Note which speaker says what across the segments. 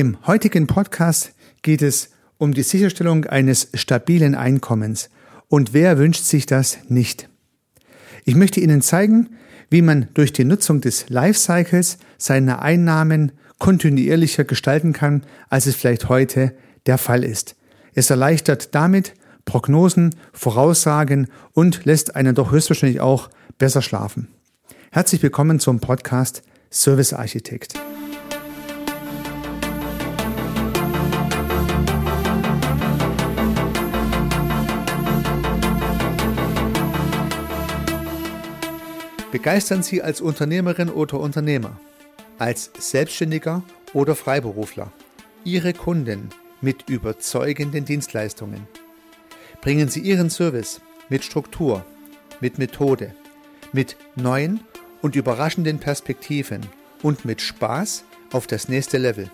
Speaker 1: Im heutigen Podcast geht es um die Sicherstellung eines stabilen Einkommens. Und wer wünscht sich das nicht? Ich möchte Ihnen zeigen, wie man durch die Nutzung des Lifecycles seine Einnahmen kontinuierlicher gestalten kann, als es vielleicht heute der Fall ist. Es erleichtert damit Prognosen, Voraussagen und lässt einen doch höchstwahrscheinlich auch besser schlafen. Herzlich willkommen zum Podcast Service Architekt. Begeistern Sie als Unternehmerin oder Unternehmer, als Selbstständiger oder Freiberufler Ihre Kunden mit überzeugenden Dienstleistungen. Bringen Sie Ihren Service mit Struktur, mit Methode, mit neuen und überraschenden Perspektiven und mit Spaß auf das nächste Level.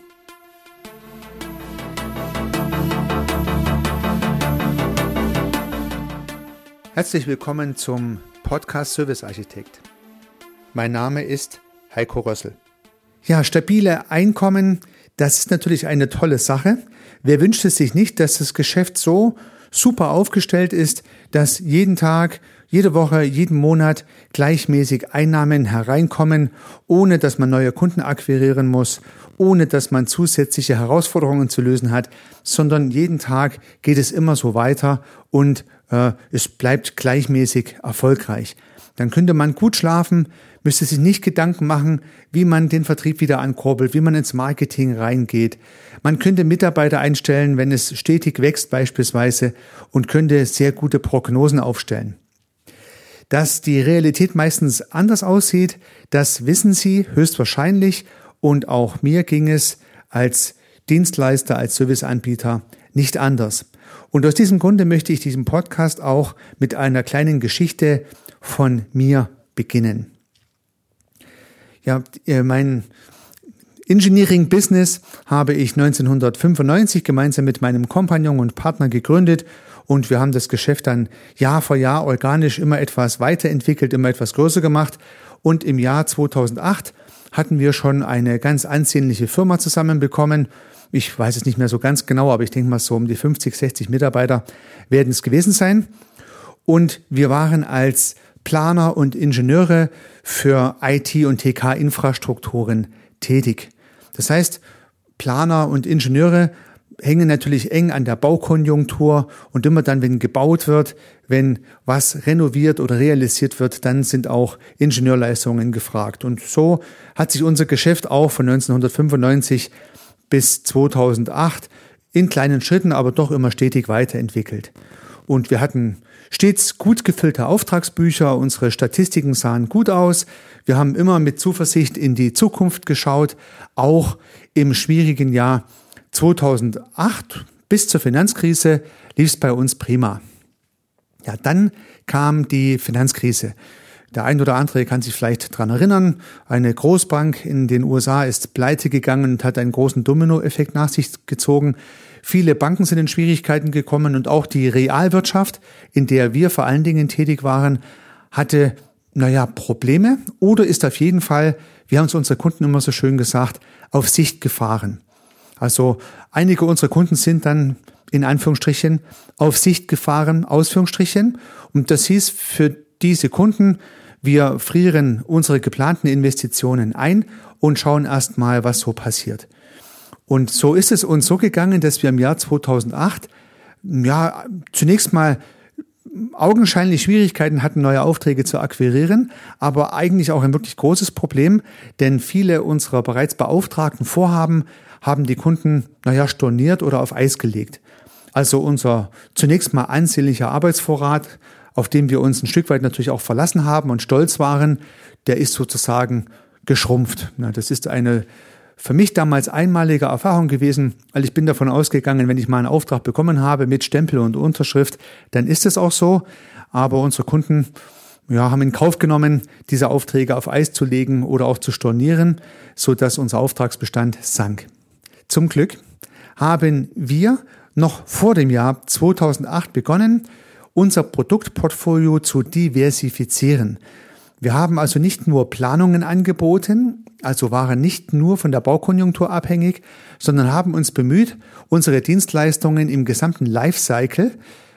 Speaker 1: Herzlich willkommen zum Podcast Service Architekt. Mein Name ist Heiko Rössel. Ja, stabile Einkommen, das ist natürlich eine tolle Sache. Wer wünscht es sich nicht, dass das Geschäft so super aufgestellt ist, dass jeden Tag, jede Woche, jeden Monat gleichmäßig Einnahmen hereinkommen, ohne dass man neue Kunden akquirieren muss, ohne dass man zusätzliche Herausforderungen zu lösen hat, sondern jeden Tag geht es immer so weiter und es bleibt gleichmäßig erfolgreich. Dann könnte man gut schlafen, müsste sich nicht Gedanken machen, wie man den Vertrieb wieder ankurbelt, wie man ins Marketing reingeht. Man könnte Mitarbeiter einstellen, wenn es stetig wächst beispielsweise, und könnte sehr gute Prognosen aufstellen. Dass die Realität meistens anders aussieht, das wissen Sie höchstwahrscheinlich, und auch mir ging es als Dienstleister, als Serviceanbieter nicht anders. Und aus diesem Grunde möchte ich diesen Podcast auch mit einer kleinen Geschichte von mir beginnen. Ja, mein Engineering-Business habe ich 1995 gemeinsam mit meinem Kompagnon und Partner gegründet, und wir haben das Geschäft dann Jahr für Jahr organisch immer etwas weiterentwickelt, immer etwas größer gemacht, und im Jahr 2008 hatten wir schon eine ganz ansehnliche Firma zusammenbekommen. Ich weiß es nicht mehr so ganz genau, aber ich denke mal so um die 50, 60 Mitarbeiter werden es gewesen sein. Und wir waren als Planer und Ingenieure für IT- und TK-Infrastrukturen tätig. Das heißt, Planer und Ingenieure hängen natürlich eng an der Baukonjunktur, und immer dann, wenn gebaut wird, wenn was renoviert oder realisiert wird, dann sind auch Ingenieurleistungen gefragt. Und so hat sich unser Geschäft auch von 1995 bis 2008 in kleinen Schritten, aber doch immer stetig weiterentwickelt. Und wir hatten stets gut gefüllte Auftragsbücher, unsere Statistiken sahen gut aus, wir haben immer mit Zuversicht in die Zukunft geschaut, auch im schwierigen Jahr 2008 bis zur Finanzkrise lief es bei uns prima. Ja, dann kam die Finanzkrise. Der ein oder andere kann sich vielleicht daran erinnern, eine Großbank in den USA ist pleite gegangen und hat einen großen Dominoeffekt nach sich gezogen. Viele Banken sind in Schwierigkeiten gekommen, und auch die Realwirtschaft, in der wir vor allen Dingen tätig waren, hatte, Probleme oder ist auf jeden Fall, wir haben es unseren Kunden immer so schön gesagt, auf Sicht gefahren. Also einige unserer Kunden sind dann in Anführungsstrichen auf Sicht gefahren, Ausführungsstrichen, und das hieß für diese Kunden, wir frieren unsere geplanten Investitionen ein und schauen erst mal, was so passiert. Und so ist es uns so gegangen, dass wir im Jahr 2008 zunächst mal augenscheinlich Schwierigkeiten hatten, neue Aufträge zu akquirieren, aber eigentlich auch ein wirklich großes Problem, denn viele unserer bereits beauftragten Vorhaben haben die Kunden storniert oder auf Eis gelegt. Also unser zunächst mal ansehnlicher Arbeitsvorrat, auf den wir uns ein Stück weit natürlich auch verlassen haben und stolz waren, der ist sozusagen geschrumpft. Das ist eine für mich damals einmalige Erfahrung gewesen, weil ich bin davon ausgegangen, wenn ich mal einen Auftrag bekommen habe mit Stempel und Unterschrift, dann ist es auch so. Aber unsere Kunden haben in Kauf genommen, diese Aufträge auf Eis zu legen oder auch zu stornieren, sodass unser Auftragsbestand sank. Zum Glück haben wir noch vor dem Jahr 2008 begonnen, unser Produktportfolio zu diversifizieren. Wir haben also nicht nur Planungen angeboten, also waren nicht nur von der Baukonjunktur abhängig, sondern haben uns bemüht, unsere Dienstleistungen im gesamten Lifecycle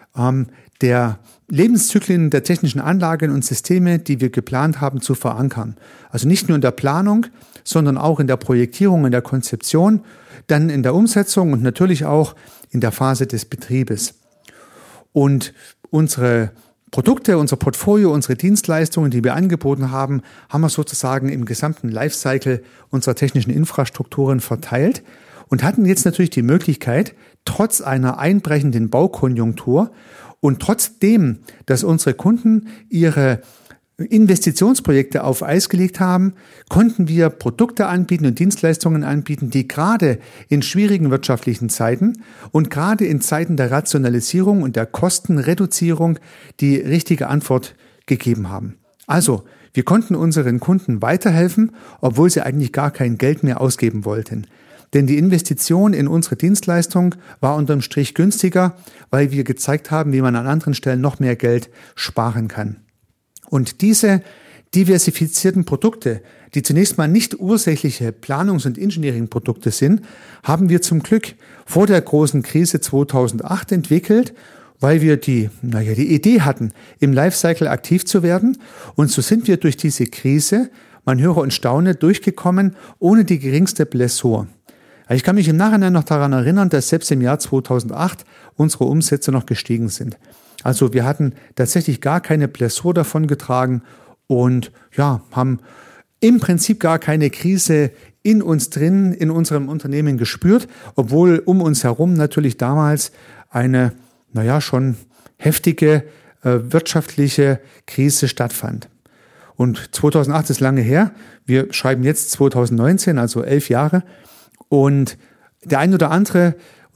Speaker 1: der Lebenszyklen der technischen Anlagen und Systeme, die wir geplant haben, zu verankern. Also nicht nur in der Planung, sondern auch in der Projektierung, in der Konzeption, dann in der Umsetzung und natürlich auch in der Phase des Betriebes. Und unsere Produkte, unser Portfolio, unsere Dienstleistungen, die wir angeboten haben, haben wir sozusagen im gesamten Lifecycle unserer technischen Infrastrukturen verteilt und hatten jetzt natürlich die Möglichkeit, trotz einer einbrechenden Baukonjunktur und trotzdem, dass unsere Kunden ihre Investitionsprojekte auf Eis gelegt haben, konnten wir Produkte anbieten und Dienstleistungen anbieten, die gerade in schwierigen wirtschaftlichen Zeiten und gerade in Zeiten der Rationalisierung und der Kostenreduzierung die richtige Antwort gegeben haben. Also, wir konnten unseren Kunden weiterhelfen, obwohl sie eigentlich gar kein Geld mehr ausgeben wollten. Denn die Investition in unsere Dienstleistung war unterm Strich günstiger, weil wir gezeigt haben, wie man an anderen Stellen noch mehr Geld sparen kann. Und diese diversifizierten Produkte, die zunächst mal nicht ursächliche Planungs- und Engineering-Produkte sind, haben wir zum Glück vor der großen Krise 2008 entwickelt, weil wir die Idee hatten, im Lifecycle aktiv zu werden. Und so sind wir durch diese Krise, man höre und staune, durchgekommen, ohne die geringste Blessur. Ich kann mich im Nachhinein noch daran erinnern, dass selbst im Jahr 2008 unsere Umsätze noch gestiegen sind. Also wir hatten tatsächlich gar keine Blessur davon getragen und haben im Prinzip gar keine Krise in uns drin, in unserem Unternehmen gespürt, obwohl um uns herum natürlich damals eine, schon heftige wirtschaftliche Krise stattfand. Und 2008 ist lange her. Wir schreiben jetzt 2019, also 11 Jahre. Und die ein oder andere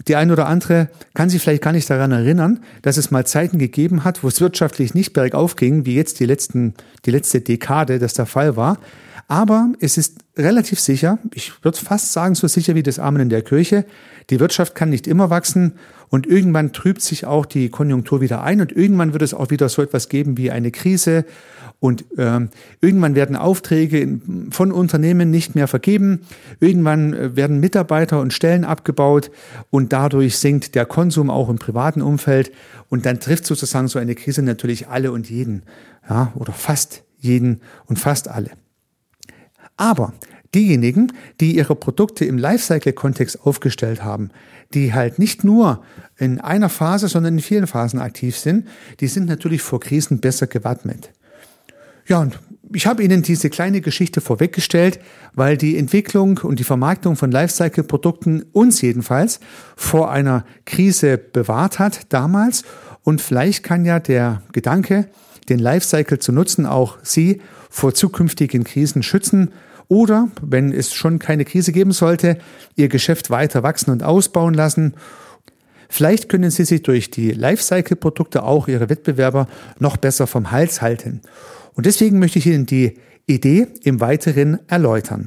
Speaker 1: kann sich vielleicht gar nicht daran erinnern, dass es mal Zeiten gegeben hat, wo es wirtschaftlich nicht bergauf ging, wie jetzt die letzte Dekade das der Fall war. Aber es ist relativ sicher, ich würde fast sagen, so sicher wie das Amen in der Kirche, die Wirtschaft kann nicht immer wachsen und irgendwann trübt sich auch die Konjunktur wieder ein und irgendwann wird es auch wieder so etwas geben wie eine Krise und irgendwann werden Aufträge von Unternehmen nicht mehr vergeben, irgendwann werden Mitarbeiter und Stellen abgebaut und dadurch sinkt der Konsum auch im privaten Umfeld und dann trifft sozusagen so eine Krise natürlich alle und jeden, oder fast jeden und fast alle. Aber diejenigen, die ihre Produkte im Lifecycle-Kontext aufgestellt haben, die halt nicht nur in einer Phase, sondern in vielen Phasen aktiv sind, die sind natürlich vor Krisen besser gewappnet. Ja, und ich habe Ihnen diese kleine Geschichte vorweggestellt, weil die Entwicklung und die Vermarktung von Lifecycle-Produkten uns jedenfalls vor einer Krise bewahrt hat damals. Und vielleicht kann ja der Gedanke, den Lifecycle zu nutzen, auch Sie vor zukünftigen Krisen schützen oder, wenn es schon keine Krise geben sollte, Ihr Geschäft weiter wachsen und ausbauen lassen. Vielleicht können Sie sich durch die Lifecycle-Produkte auch Ihre Wettbewerber noch besser vom Hals halten. Und deswegen möchte ich Ihnen die Idee im Weiteren erläutern.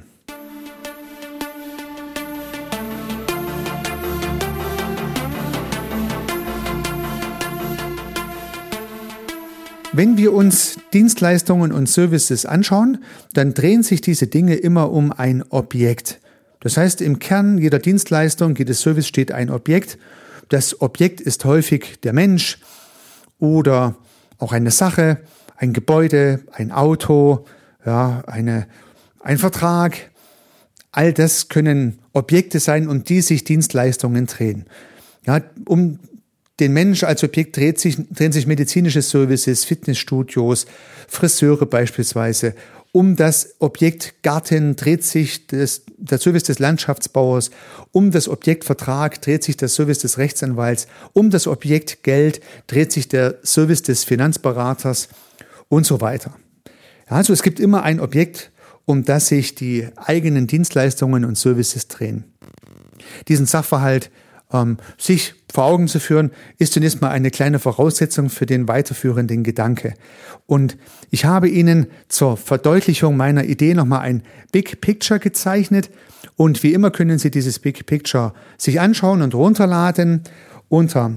Speaker 1: Wenn wir uns Dienstleistungen und Services anschauen, dann drehen sich diese Dinge immer um ein Objekt. Das heißt, im Kern jeder Dienstleistung, jedes Service steht ein Objekt. Das Objekt ist häufig der Mensch oder auch eine Sache, ein Gebäude, ein Auto, ein Vertrag. All das können Objekte sein, um die sich Dienstleistungen drehen. Um den Mensch als Objekt drehen sich medizinische Services, Fitnessstudios, Friseure beispielsweise. Um das Objekt Garten dreht sich der Service des Landschaftsbauers. Um das Objekt Vertrag dreht sich der Service des Rechtsanwalts. Um das Objekt Geld dreht sich der Service des Finanzberaters und so weiter. Also es gibt immer ein Objekt, um das sich die eigenen Dienstleistungen und Services drehen. Diesen Sachverhalt sich vor Augen zu führen, ist zunächst mal eine kleine Voraussetzung für den weiterführenden Gedanke. Und ich habe Ihnen zur Verdeutlichung meiner Idee nochmal ein Big Picture gezeichnet. Und wie immer können Sie dieses Big Picture sich anschauen und runterladen. unter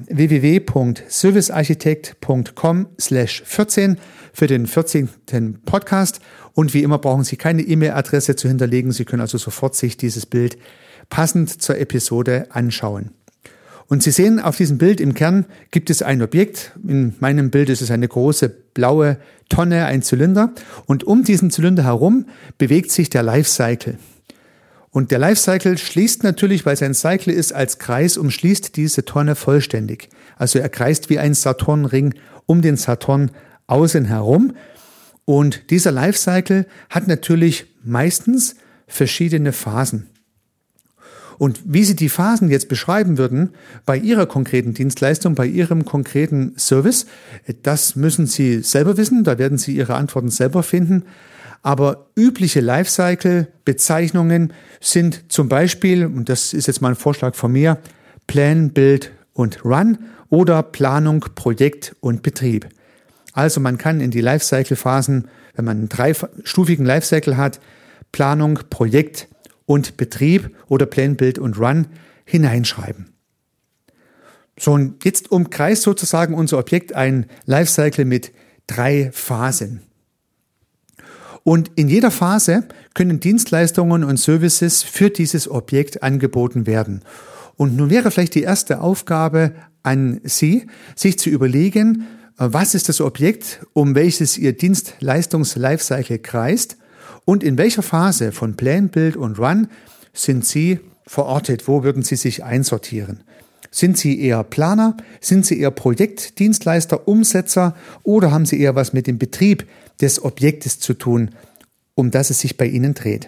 Speaker 1: www.servicearchitekt.com/14 für den 14. Podcast. Und wie immer brauchen Sie keine E-Mail-Adresse zu hinterlegen. Sie können also sofort sich dieses Bild passend zur Episode anschauen. Und Sie sehen auf diesem Bild im Kern gibt es ein Objekt. In meinem Bild ist es eine große blaue Tonne, ein Zylinder. Und um diesen Zylinder herum bewegt sich der Lifecycle. Und der Lifecycle schließt natürlich, weil es ein Cycle ist, als Kreis umschließt diese Tonne vollständig. Also er kreist wie ein Saturnring um den Saturn außen herum. Und dieser Lifecycle hat natürlich meistens verschiedene Phasen. Und wie Sie die Phasen jetzt beschreiben würden bei Ihrer konkreten Dienstleistung, bei Ihrem konkreten Service, das müssen Sie selber wissen, da werden Sie Ihre Antworten selber finden. Aber übliche Lifecycle-Bezeichnungen sind zum Beispiel, und das ist jetzt mal ein Vorschlag von mir, Plan, Build und Run oder Planung, Projekt und Betrieb. Also man kann in die Lifecycle-Phasen, wenn man einen dreistufigen Lifecycle hat, Planung, Projekt und Betrieb oder Plan, Build und Run hineinschreiben. So, und jetzt umkreist sozusagen unser Objekt ein Lifecycle mit 3 Phasen. Und in jeder Phase können Dienstleistungen und Services für dieses Objekt angeboten werden. Und nun wäre vielleicht die erste Aufgabe an Sie, sich zu überlegen, was ist das Objekt, um welches Ihr Dienstleistungs-Lifecycle kreist und in welcher Phase von Plan, Build und Run sind Sie verortet? Wo würden Sie sich einsortieren? Sind Sie eher Planer? Sind Sie eher Projektdienstleister, Umsetzer? Oder haben Sie eher was mit dem Betrieb des Objektes zu tun, um das es sich bei Ihnen dreht?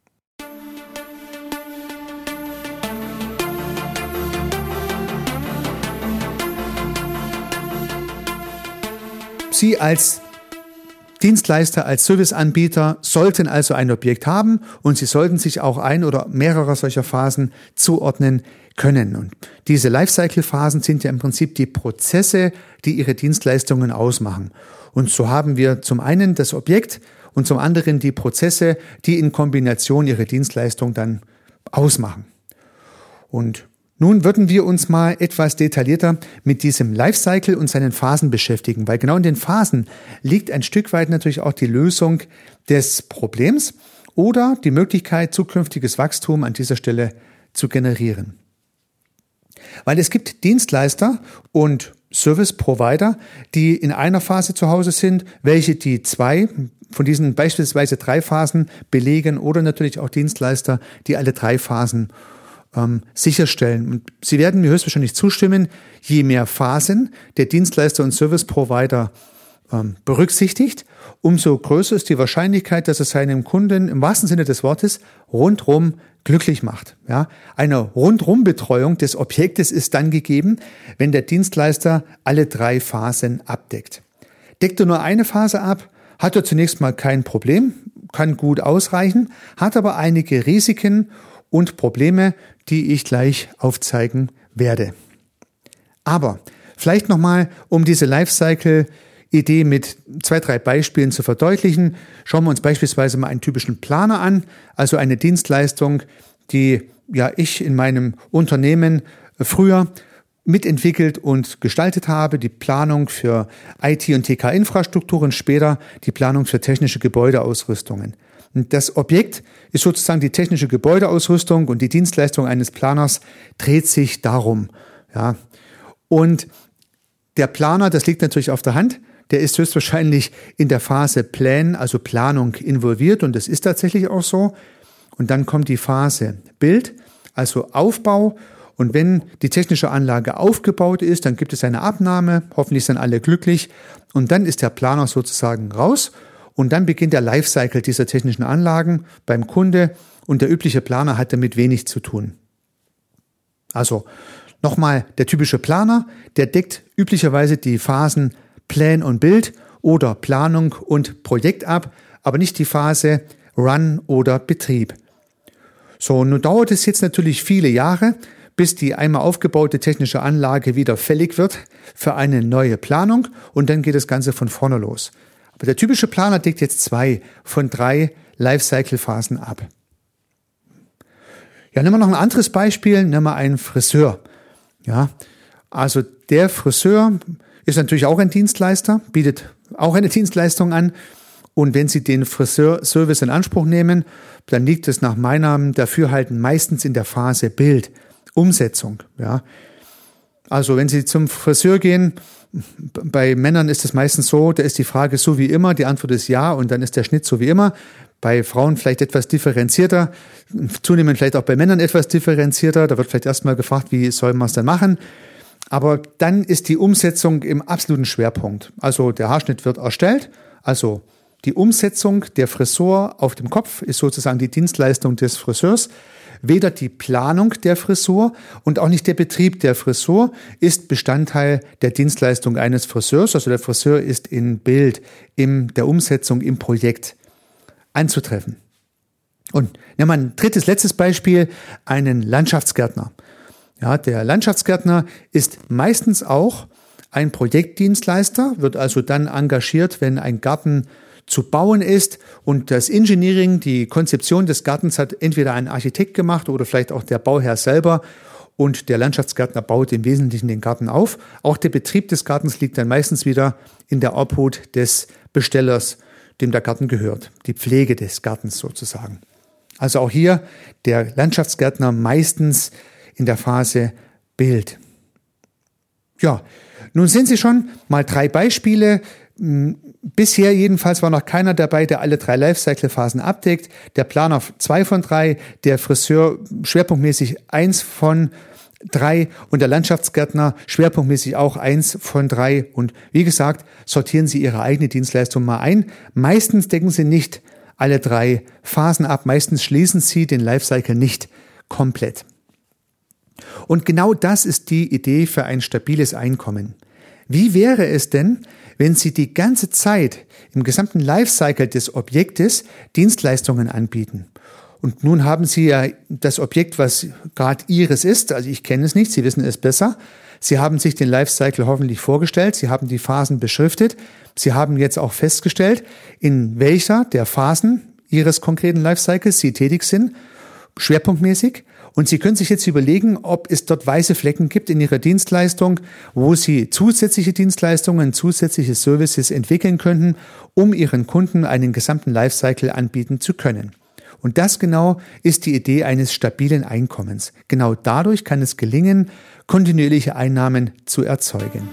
Speaker 1: Sie als Dienstleister, als Serviceanbieter sollten also ein Objekt haben und Sie sollten sich auch ein oder mehrere solcher Phasen zuordnen können. Und diese Lifecycle-Phasen sind ja im Prinzip die Prozesse, die Ihre Dienstleistungen ausmachen. Und so haben wir zum einen das Objekt und zum anderen die Prozesse, die in Kombination Ihre Dienstleistung dann ausmachen. Und nun würden wir uns mal etwas detaillierter mit diesem Lifecycle und seinen Phasen beschäftigen, weil genau in den Phasen liegt ein Stück weit natürlich auch die Lösung des Problems oder die Möglichkeit, zukünftiges Wachstum an dieser Stelle zu generieren. Weil es gibt Dienstleister und Service Provider, die in einer Phase zu Hause sind, welche die 2 von diesen beispielsweise 3 Phasen belegen oder natürlich auch Dienstleister, die alle 3 Phasen sicherstellen. Und Sie werden mir höchstwahrscheinlich zustimmen, je mehr Phasen der Dienstleister und Service Provider berücksichtigt, umso größer ist die Wahrscheinlichkeit, dass er seinem Kunden im wahrsten Sinne des Wortes rundrum glücklich macht. Ja, eine Rundrum-Betreuung des Objektes ist dann gegeben, wenn der Dienstleister alle 3 Phasen abdeckt. Deckt er nur eine Phase ab, hat er zunächst mal kein Problem, kann gut ausreichen, hat aber einige Risiken und Probleme, die ich gleich aufzeigen werde. Aber vielleicht nochmal, um diese Lifecycle-Idee mit 2, 3 Beispielen zu verdeutlichen, schauen wir uns beispielsweise mal einen typischen Planer an, also eine Dienstleistung, die ich in meinem Unternehmen früher mitentwickelt und gestaltet habe, die Planung für IT- und TK-Infrastrukturen, später die Planung für technische Gebäudeausrüstungen. Und das Objekt ist sozusagen die technische Gebäudeausrüstung und die Dienstleistung eines Planers dreht sich darum. Ja. Und der Planer, das liegt natürlich auf der Hand, der ist höchstwahrscheinlich in der Phase Plan, also Planung, involviert und das ist tatsächlich auch so. Und dann kommt die Phase Build, also Aufbau. Und wenn die technische Anlage aufgebaut ist, dann gibt es eine Abnahme, hoffentlich sind alle glücklich und dann ist der Planer sozusagen raus. Und dann beginnt der Lifecycle dieser technischen Anlagen beim Kunde und der übliche Planer hat damit wenig zu tun. Also nochmal, der typische Planer, der deckt üblicherweise die Phasen Plan und Build oder Planung und Projekt ab, aber nicht die Phase Run oder Betrieb. So, nun dauert es jetzt natürlich viele Jahre, bis die einmal aufgebaute technische Anlage wieder fällig wird für eine neue Planung und dann geht das Ganze von vorne los. Aber der typische Planer deckt jetzt 2 von 3 Lifecycle-Phasen ab. Ja, nehmen wir noch ein anderes Beispiel, nehmen wir einen Friseur. Ja, Also der Friseur ist natürlich auch ein Dienstleister, bietet auch eine Dienstleistung an. Und wenn Sie den Friseurservice in Anspruch nehmen, dann liegt es nach meinem Dafürhalten meistens in der Phase Bild, Umsetzung. Ja. Also wenn Sie zum Friseur gehen, bei Männern ist es meistens so, da ist die Frage so wie immer, die Antwort ist ja und dann ist der Schnitt so wie immer. Bei Frauen vielleicht etwas differenzierter, zunehmend vielleicht auch bei Männern etwas differenzierter. Da wird vielleicht erstmal gefragt, wie soll man es denn machen? Aber dann ist die Umsetzung im absoluten Schwerpunkt. Also der Haarschnitt wird erstellt, also die Umsetzung der Frisur auf dem Kopf ist sozusagen die Dienstleistung des Friseurs. Weder die Planung der Frisur und auch nicht der Betrieb der Frisur ist Bestandteil der Dienstleistung eines Friseurs. Also der Friseur ist in Bild, in der Umsetzung, im Projekt anzutreffen. Und nehmen wir ein letztes Beispiel, einen Landschaftsgärtner. Ja, der Landschaftsgärtner ist meistens auch ein Projektdienstleister, wird also dann engagiert, wenn ein Garten zu bauen ist und das Engineering, die Konzeption des Gartens hat entweder ein Architekt gemacht oder vielleicht auch der Bauherr selber und der Landschaftsgärtner baut im Wesentlichen den Garten auf. Auch der Betrieb des Gartens liegt dann meistens wieder in der Obhut des Bestellers, dem der Garten gehört, die Pflege des Gartens sozusagen. Also auch hier der Landschaftsgärtner meistens in der Phase Bild. Ja, nun sehen Sie schon mal 3 Beispiele. Bisher jedenfalls war noch keiner dabei, der alle 3 Lifecycle-Phasen abdeckt. Der Planer 2 von 3, der Friseur schwerpunktmäßig 1 von 3 und der Landschaftsgärtner schwerpunktmäßig auch 1 von 3. Und wie gesagt, sortieren Sie Ihre eigene Dienstleistung mal ein. Meistens decken Sie nicht alle 3 Phasen ab. Meistens schließen Sie den Lifecycle nicht komplett. Und genau das ist die Idee für ein stabiles Einkommen. Wie wäre es denn, wenn Sie die ganze Zeit im gesamten Lifecycle des Objektes Dienstleistungen anbieten? Und nun haben Sie ja das Objekt, was gerade Ihres ist, also ich kenne es nicht, Sie wissen es besser. Sie haben sich den Lifecycle hoffentlich vorgestellt, Sie haben die Phasen beschriftet, Sie haben jetzt auch festgestellt, in welcher der Phasen Ihres konkreten Lifecycles Sie tätig sind, schwerpunktmäßig. Und Sie können sich jetzt überlegen, ob es dort weiße Flecken gibt in Ihrer Dienstleistung, wo Sie zusätzliche Dienstleistungen, zusätzliche Services entwickeln könnten, um Ihren Kunden einen gesamten Lifecycle anbieten zu können. Und das genau ist die Idee eines stabilen Einkommens. Genau dadurch kann es gelingen, kontinuierliche Einnahmen zu erzeugen.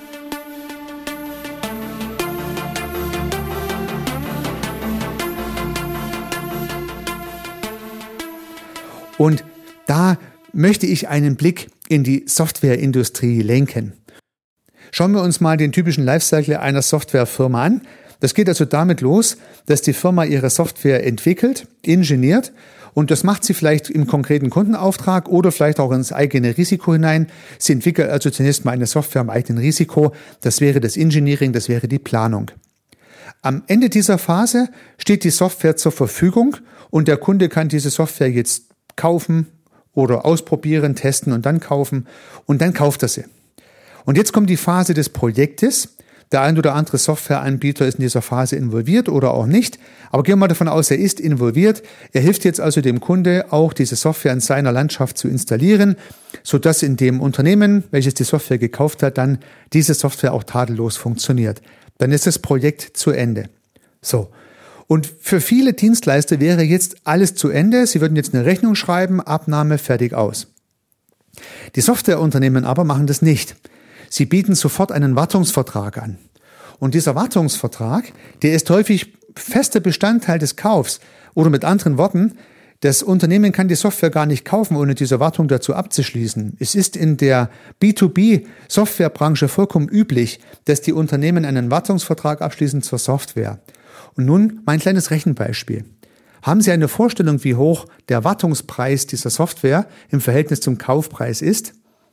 Speaker 1: Und da möchte ich einen Blick in die Softwareindustrie lenken. Schauen wir uns mal den typischen Lifecycle einer Softwarefirma an. Das geht also damit los, dass die Firma ihre Software entwickelt, ingeniert und das macht sie vielleicht im konkreten Kundenauftrag oder vielleicht auch ins eigene Risiko hinein. Sie entwickelt also zunächst mal eine Software im eigenen Risiko. Das wäre das Engineering, das wäre die Planung. Am Ende dieser Phase steht die Software zur Verfügung und der Kunde kann diese Software jetzt kaufen oder ausprobieren, testen und dann kaufen und dann kauft er sie. Und jetzt kommt die Phase des Projektes. Der ein oder andere Softwareanbieter ist in dieser Phase involviert oder auch nicht. Aber gehen wir mal davon aus, er ist involviert. Er hilft jetzt also dem Kunde auch, diese Software in seiner Landschaft zu installieren, sodass in dem Unternehmen, welches die Software gekauft hat, dann diese Software auch tadellos funktioniert. Dann ist das Projekt zu Ende. So. Und für viele Dienstleister wäre jetzt alles zu Ende. Sie würden jetzt eine Rechnung schreiben, Abnahme, fertig, aus. Die Softwareunternehmen aber machen das nicht. Sie bieten sofort einen Wartungsvertrag an. Und dieser Wartungsvertrag, der ist häufig fester Bestandteil des Kaufs. Oder mit anderen Worten, das Unternehmen kann die Software gar nicht kaufen, ohne diese Wartung dazu abzuschließen. Es ist in der B2B-Softwarebranche vollkommen üblich, dass die Unternehmen einen Wartungsvertrag abschließen zur Software. Und nun mein kleines Rechenbeispiel. Haben Sie eine Vorstellung, wie hoch der Wartungspreis dieser Software im Verhältnis zum Kaufpreis ist?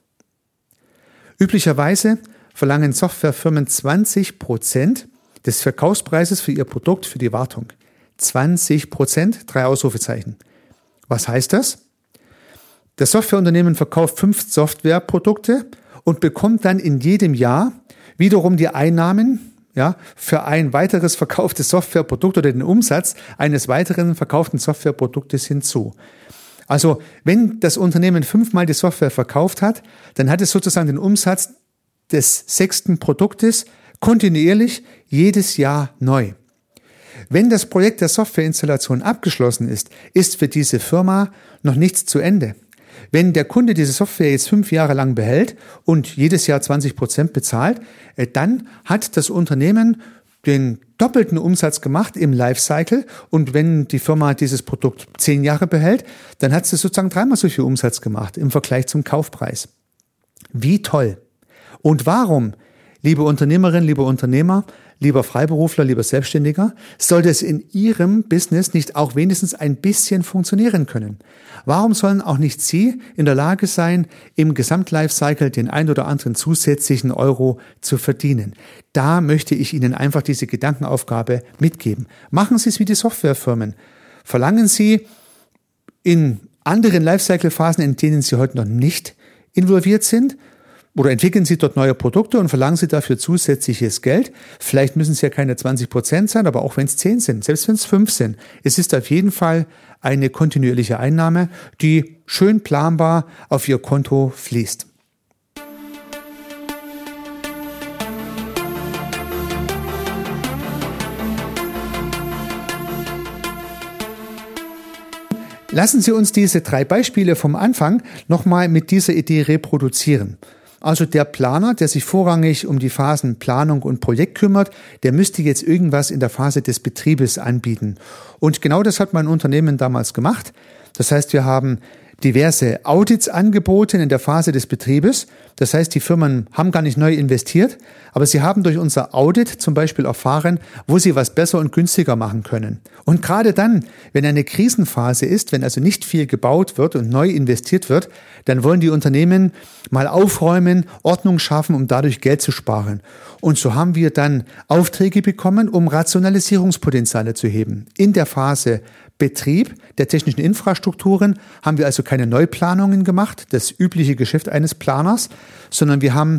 Speaker 1: Üblicherweise verlangen Softwarefirmen 20% des Verkaufspreises für ihr Produkt für die Wartung. 20%, 3 Ausrufezeichen. Was heißt das? Das Softwareunternehmen verkauft 5 Softwareprodukte und bekommt dann in jedem Jahr wiederum die Einnahmen, ja, für ein weiteres verkauftes Softwareprodukt oder den Umsatz eines weiteren verkauften Softwareproduktes hinzu. Also wenn das Unternehmen 5-mal die Software verkauft hat, dann hat es sozusagen den Umsatz des 6. Produktes kontinuierlich jedes Jahr neu. Wenn das Projekt der Softwareinstallation abgeschlossen ist, ist für diese Firma noch nichts zu Ende. Wenn der Kunde diese Software jetzt 5 Jahre lang behält und jedes Jahr 20% bezahlt, dann hat das Unternehmen den doppelten Umsatz gemacht im Lifecycle, und wenn die Firma dieses Produkt 10 Jahre behält, dann hat sie sozusagen 3-mal so viel Umsatz gemacht im Vergleich zum Kaufpreis. Wie toll! Und warum, liebe Unternehmerin, liebe Unternehmer, lieber Freiberufler, lieber Selbstständiger, sollte es in Ihrem Business nicht auch wenigstens ein bisschen funktionieren können? Warum sollen auch nicht Sie in der Lage sein, im Gesamtlifecycle den ein oder anderen zusätzlichen Euro zu verdienen? Da möchte ich Ihnen einfach diese Gedankenaufgabe mitgeben. Machen Sie es wie die Softwarefirmen. Verlangen Sie in anderen Lifecycle-Phasen, in denen Sie heute noch nicht involviert sind, oder entwickeln Sie dort neue Produkte und verlangen Sie dafür zusätzliches Geld. Vielleicht müssen es ja keine 20% sein, aber auch wenn es 10 sind, selbst wenn es 5 sind. Es ist auf jeden Fall eine kontinuierliche Einnahme, die schön planbar auf Ihr Konto fließt. Lassen Sie uns diese 3 Beispiele vom Anfang nochmal mit dieser Idee reproduzieren. Also der Planer, der sich vorrangig um die Phasen Planung und Projekt kümmert, der müsste jetzt irgendwas in der Phase des Betriebes anbieten. Und genau das hat mein Unternehmen damals gemacht. Das heißt, wir haben diverse Audits angeboten in der Phase des Betriebes. Das heißt, die Firmen haben gar nicht neu investiert, aber sie haben durch unser Audit zum Beispiel erfahren, wo sie was besser und günstiger machen können. Und gerade dann, wenn eine Krisenphase ist, wenn also nicht viel gebaut wird und neu investiert wird, dann wollen die Unternehmen mal aufräumen, Ordnung schaffen, um dadurch Geld zu sparen. Und so haben wir dann Aufträge bekommen, um Rationalisierungspotenziale zu heben. In der Phase Betrieb der technischen Infrastrukturen haben wir also keine Neuplanungen gemacht, das übliche Geschäft eines Planers, sondern wir haben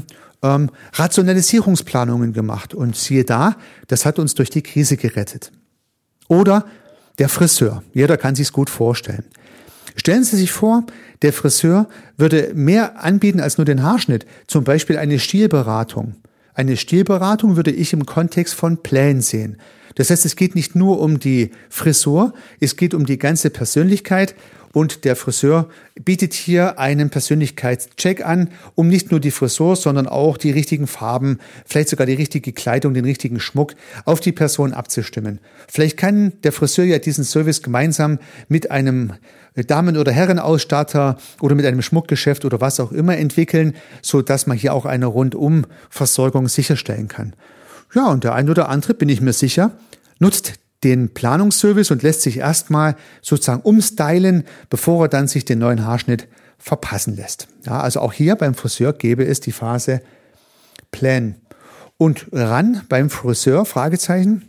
Speaker 1: Rationalisierungsplanungen gemacht. Und siehe da, das hat uns durch die Krise gerettet. Oder der Friseur. Jeder kann sich's gut vorstellen. Stellen Sie sich vor, der Friseur würde mehr anbieten als nur den Haarschnitt, zum Beispiel eine Stilberatung. Eine Stilberatung würde ich im Kontext von Plänen sehen. Das heißt, es geht nicht nur um die Frisur, es geht um die ganze Persönlichkeit, und der Friseur bietet hier einen Persönlichkeitscheck an, um nicht nur die Frisur, sondern auch die richtigen Farben, vielleicht sogar die richtige Kleidung, den richtigen Schmuck auf die Person abzustimmen. Vielleicht kann der Friseur ja diesen Service gemeinsam mit einem Damen- oder Herrenausstatter oder mit einem Schmuckgeschäft oder was auch immer entwickeln, so dass man hier auch eine Rundumversorgung sicherstellen kann. Ja, und der ein oder andere, bin ich mir sicher, nutzt den Planungsservice und lässt sich erstmal sozusagen umstylen, bevor er dann sich den neuen Haarschnitt verpassen lässt. Ja, also auch hier beim Friseur gäbe es die Phase Plan. Und ran beim Friseur, Fragezeichen?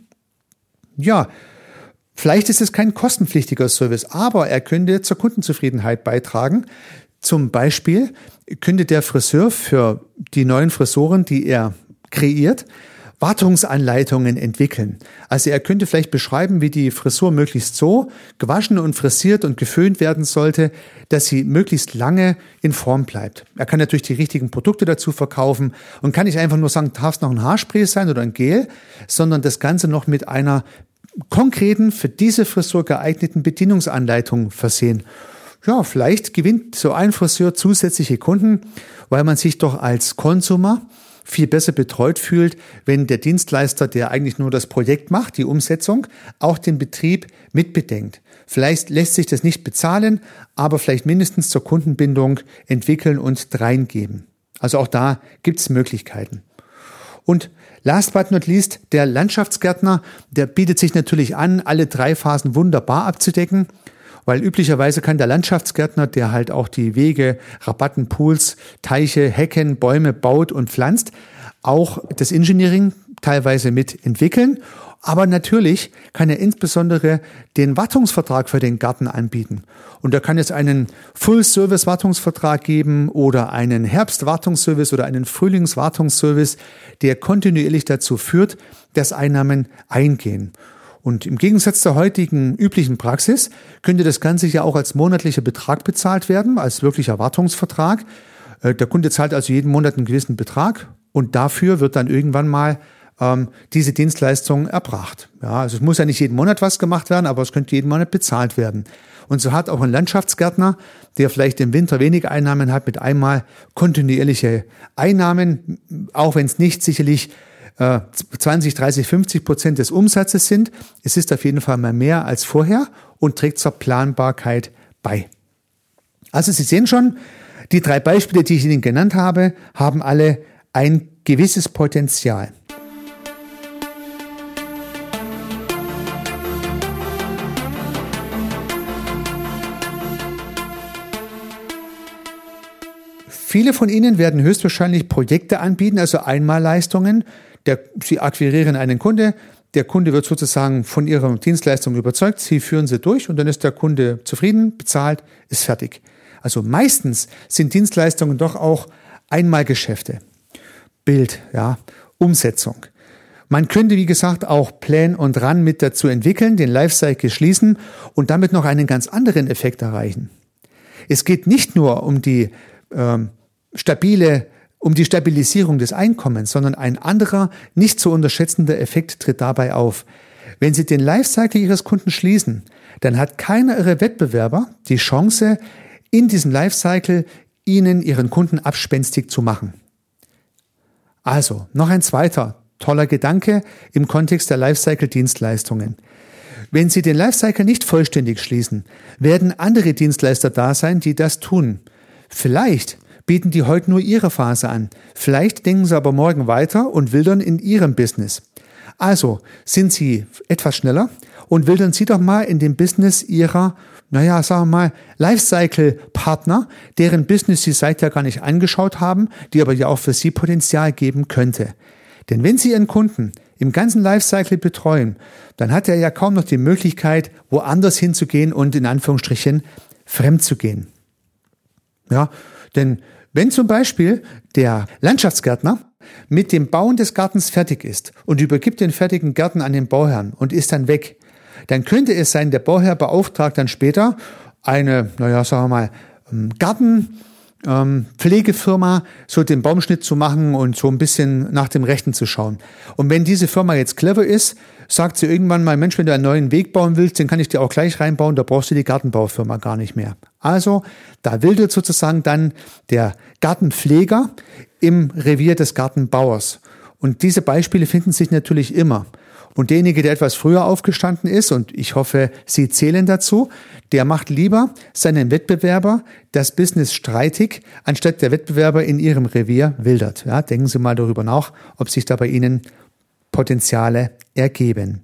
Speaker 1: Ja, vielleicht ist es kein kostenpflichtiger Service, aber er könnte zur Kundenzufriedenheit beitragen. Zum Beispiel könnte der Friseur für die neuen Frisuren, die er kreiert, Wartungsanleitungen entwickeln. Also er könnte vielleicht beschreiben, wie die Frisur möglichst so gewaschen und frisiert und geföhnt werden sollte, dass sie möglichst lange in Form bleibt. Er kann natürlich die richtigen Produkte dazu verkaufen und kann nicht einfach nur sagen, darf es noch ein Haarspray sein oder ein Gel, sondern das Ganze noch mit einer konkreten, für diese Frisur geeigneten Bedienungsanleitung versehen. Ja, vielleicht gewinnt so ein Friseur zusätzliche Kunden, weil man sich doch als Konsumer viel besser betreut fühlt, wenn der Dienstleister, der eigentlich nur das Projekt macht, die Umsetzung, auch den Betrieb mitbedenkt. Vielleicht lässt sich das nicht bezahlen, aber vielleicht mindestens zur Kundenbindung entwickeln und reingeben. Also auch da gibt es Möglichkeiten. Und last but not least, der Landschaftsgärtner, der bietet sich natürlich an, alle 3 Phasen wunderbar abzudecken, weil üblicherweise kann der Landschaftsgärtner, der halt auch die Wege, Rabatten, Pools, Teiche, Hecken, Bäume baut und pflanzt, auch das Engineering teilweise mitentwickeln. Aber natürlich kann er insbesondere den Wartungsvertrag für den Garten anbieten. Und da kann es einen Full-Service-Wartungsvertrag geben oder einen Herbst-Wartungsservice oder einen Frühlings-Wartungsservice, der kontinuierlich dazu führt, dass Einnahmen eingehen. Und im Gegensatz zur heutigen üblichen Praxis könnte das Ganze ja auch als monatlicher Betrag bezahlt werden, als wirklicher Wartungsvertrag. Der Kunde zahlt also jeden Monat einen gewissen Betrag und dafür wird dann irgendwann mal diese Dienstleistung erbracht. Ja, also es muss ja nicht jeden Monat was gemacht werden, aber es könnte jeden Monat bezahlt werden. Und so hat auch ein Landschaftsgärtner, der vielleicht im Winter wenig Einnahmen hat, mit einmal kontinuierliche Einnahmen, auch wenn es nicht sicherlich 20, 30, 50% des Umsatzes sind. Es ist auf jeden Fall mal mehr als vorher und trägt zur Planbarkeit bei. Also Sie sehen schon, die 3 Beispiele, die ich Ihnen genannt habe, haben alle ein gewisses Potenzial. Viele von Ihnen werden höchstwahrscheinlich Projekte anbieten, also Einmalleistungen. Sie akquirieren einen Kunde, der Kunde wird sozusagen von Ihrer Dienstleistung überzeugt, Sie führen sie durch und dann ist der Kunde zufrieden, bezahlt, ist fertig. Also meistens sind Dienstleistungen doch auch Einmalgeschäfte. Bild, ja, Umsetzung. Man könnte, wie gesagt, auch Plan und Run mit dazu entwickeln, den Lifecycle schließen und damit noch einen ganz anderen Effekt erreichen. Es geht nicht nur um die Stabilisierung des Einkommens, sondern ein anderer, nicht zu unterschätzender Effekt tritt dabei auf. Wenn Sie den Lifecycle Ihres Kunden schließen, dann hat keiner Ihrer Wettbewerber die Chance, in diesem Lifecycle Ihnen Ihren Kunden abspenstig zu machen. Also, noch ein zweiter toller Gedanke im Kontext der Lifecycle-Dienstleistungen. Wenn Sie den Lifecycle nicht vollständig schließen, werden andere Dienstleister da sein, die das tun. Vielleicht bieten die heute nur ihre Phase an. Vielleicht denken sie aber morgen weiter und wildern in ihrem Business. Also sind Sie etwas schneller und wildern Sie doch mal in dem Business Ihrer, sagen wir mal, Lifecycle-Partner, deren Business Sie seither gar nicht angeschaut haben, die aber ja auch für Sie Potenzial geben könnte. Denn wenn Sie Ihren Kunden im ganzen Lifecycle betreuen, dann hat er ja kaum noch die Möglichkeit, woanders hinzugehen und in Anführungsstrichen fremd zu gehen. Ja, denn wenn zum Beispiel der Landschaftsgärtner mit dem Bauen des Gartens fertig ist und übergibt den fertigen Garten an den Bauherrn und ist dann weg, dann könnte es sein, der Bauherr beauftragt dann später eine, Gartenpflegefirma, so den Baumschnitt zu machen und so ein bisschen nach dem Rechten zu schauen. Und wenn diese Firma jetzt clever ist, sagt sie irgendwann mal, Mensch, wenn du einen neuen Weg bauen willst, den kann ich dir auch gleich reinbauen, da brauchst du die Gartenbaufirma gar nicht mehr. Also, da wildert sozusagen dann der Gartenpfleger im Revier des Gartenbauers. Und diese Beispiele finden sich natürlich immer. Und derjenige, der etwas früher aufgestanden ist, und ich hoffe, Sie zählen dazu, der macht lieber seinen Wettbewerber das Business streitig, anstatt der Wettbewerber in Ihrem Revier wildert. Ja, denken Sie mal darüber nach, ob sich da bei Ihnen Potenziale ergeben.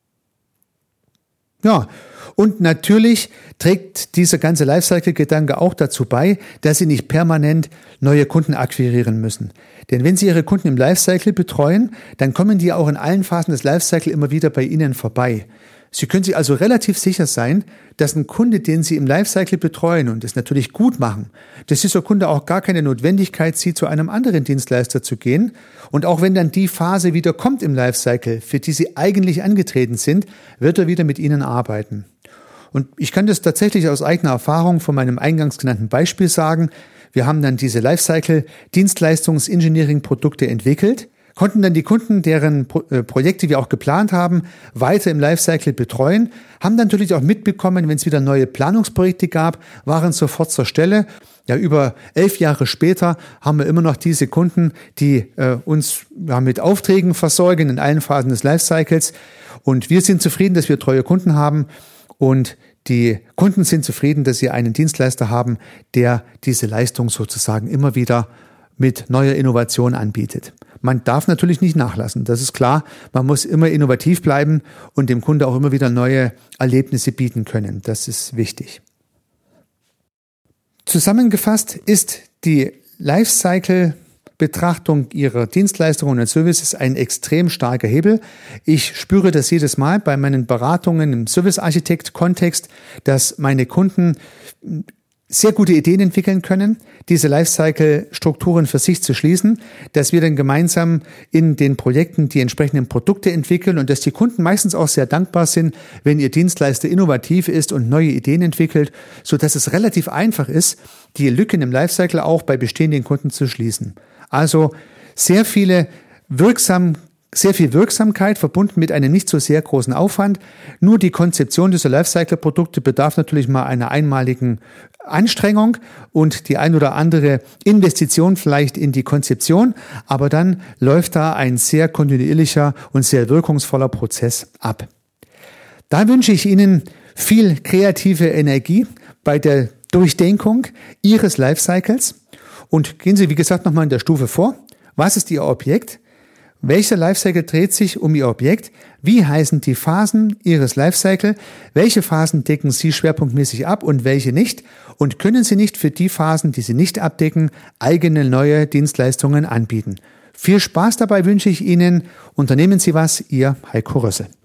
Speaker 1: Ja, und natürlich trägt dieser ganze Lifecycle-Gedanke auch dazu bei, dass Sie nicht permanent neue Kunden akquirieren müssen. Denn wenn Sie Ihre Kunden im Lifecycle betreuen, dann kommen die auch in allen Phasen des Lifecycle immer wieder bei Ihnen vorbei. Sie können sich also relativ sicher sein, dass ein Kunde, den Sie im Lifecycle betreuen und das natürlich gut machen, dass dieser Kunde auch gar keine Notwendigkeit sieht, zu einem anderen Dienstleister zu gehen. Und auch wenn dann die Phase wieder kommt im Lifecycle, für die Sie eigentlich angetreten sind, wird er wieder mit Ihnen arbeiten. Und ich kann das tatsächlich aus eigener Erfahrung von meinem eingangs genannten Beispiel sagen. Wir haben dann diese Lifecycle-Dienstleistungs-Engineering-Produkte entwickelt, konnten dann die Kunden, deren Projekte wir auch geplant haben, weiter im Lifecycle betreuen, haben dann natürlich auch mitbekommen, wenn es wieder neue Planungsprojekte gab, waren sofort zur Stelle. Ja, über 11 Jahre später haben wir immer noch diese Kunden, die uns mit Aufträgen versorgen in allen Phasen des Lifecycles. Und wir sind zufrieden, dass wir treue Kunden haben. Und die Kunden sind zufrieden, dass sie einen Dienstleister haben, der diese Leistung sozusagen immer wieder mit neuer Innovation anbietet. Man darf natürlich nicht nachlassen, das ist klar. Man muss immer innovativ bleiben und dem Kunde auch immer wieder neue Erlebnisse bieten können. Das ist wichtig. Zusammengefasst ist die Lifecycle-Betrachtung Ihrer Dienstleistungen und Services ein extrem starker Hebel. Ich spüre das jedes Mal bei meinen Beratungen im Service-Architekt-Kontext, dass meine Kunden sehr gute Ideen entwickeln können, diese Lifecycle-Strukturen für sich zu schließen, dass wir dann gemeinsam in den Projekten die entsprechenden Produkte entwickeln und dass die Kunden meistens auch sehr dankbar sind, wenn ihr Dienstleister innovativ ist und neue Ideen entwickelt, so dass es relativ einfach ist, die Lücken im Lifecycle auch bei bestehenden Kunden zu schließen. Also sehr viel Wirksamkeit verbunden mit einem nicht so sehr großen Aufwand. Nur die Konzeption dieser Lifecycle-Produkte bedarf natürlich mal einer einmaligen Anstrengung und die ein oder andere Investition vielleicht in die Konzeption, aber dann läuft da ein sehr kontinuierlicher und sehr wirkungsvoller Prozess ab. Da wünsche ich Ihnen viel kreative Energie bei der Durchdenkung Ihres Lifecycles und gehen Sie, wie gesagt, nochmal in der Stufe vor. Was ist Ihr Objekt? Welcher Lifecycle dreht sich um Ihr Objekt? Wie heißen die Phasen Ihres Lifecycle? Welche Phasen decken Sie schwerpunktmäßig ab und welche nicht? Und können Sie nicht für die Phasen, die Sie nicht abdecken, eigene neue Dienstleistungen anbieten? Viel Spaß dabei wünsche ich Ihnen. Unternehmen Sie was, Ihr Heiko Rössel.